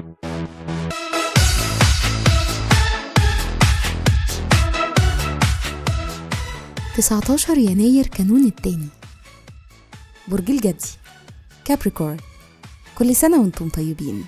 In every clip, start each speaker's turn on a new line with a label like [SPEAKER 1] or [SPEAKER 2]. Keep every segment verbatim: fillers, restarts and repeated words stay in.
[SPEAKER 1] تسعتاشر يناير كانون التاني. برج الجدي كابريكورن، كل سنة وانتم طيبين.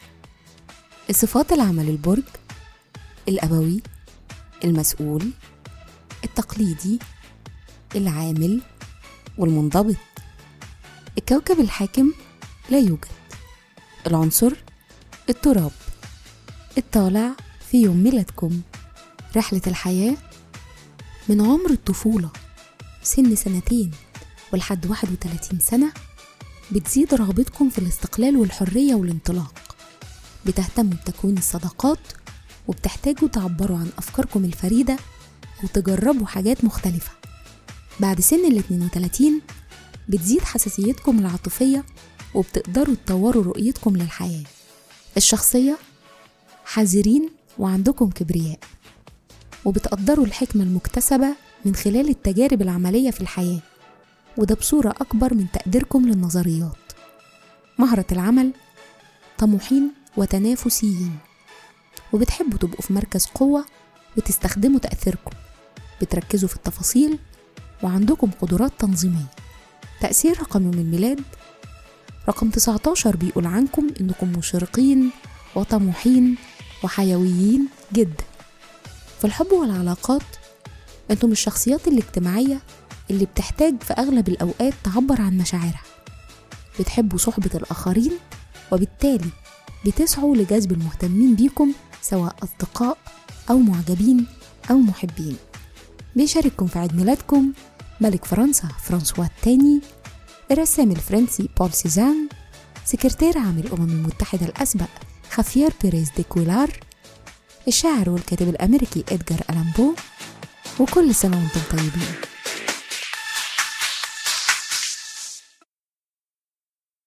[SPEAKER 1] الصفات العامة للبرج: الأبوي، المسؤول، التقليدي، العامل، والمنضبط. الكوكب الحاكم لا يوجد. العنصر: التراب. الطالع في يوم ميلادكم. رحلة الحياة: من عمر الطفولة سن سنتين ولحد واحد وثلاثين سنة بتزيد رغبتكم في الاستقلال والحرية والانطلاق. بتهتموا بتكوين الصداقات وبتحتاجوا تعبروا عن أفكاركم الفريدة وتجربوا حاجات مختلفة. بعد سن ال اثنين وثلاثين بتزيد حساسيتكم العاطفية وبتقدروا تطوروا رؤيتكم للحياة. الشخصية: حذرين وعندكم كبرياء، وبتقدروا الحكمة المكتسبة من خلال التجارب العملية في الحياة، وده بصورة أكبر من تقديركم للنظريات. مهرة العمل: طموحين وتنافسيين، وبتحبوا تبقوا في مركز قوة وتستخدموا تأثيركم. بتركزوا في التفاصيل وعندكم قدرات تنظيمية. تأثير رقم يوم الميلاد: رقم تسعتاشر بيقول عنكم إنكم مشرقين وطموحين وحيويين جدا. في الحب والعلاقات انتم الشخصيات الاجتماعية اللي بتحتاج في أغلب الأوقات تعبر عن مشاعرها. بتحبوا صحبة الآخرين وبالتالي بتسعوا لجذب المهتمين بيكم، سواء أصدقاء أو معجبين أو محبين. بيشارككم في عيد ميلادكم ملك فرنسا فرانسوا الثاني، الرسام الفرنسي بول سيزان، سكرتير عام الأمم المتحدة الأسبق خافير بيريز دي كويلار، الشاعر والكاتب الأمريكي إدغار ألان بو. وكل سنة وانتم طيبين.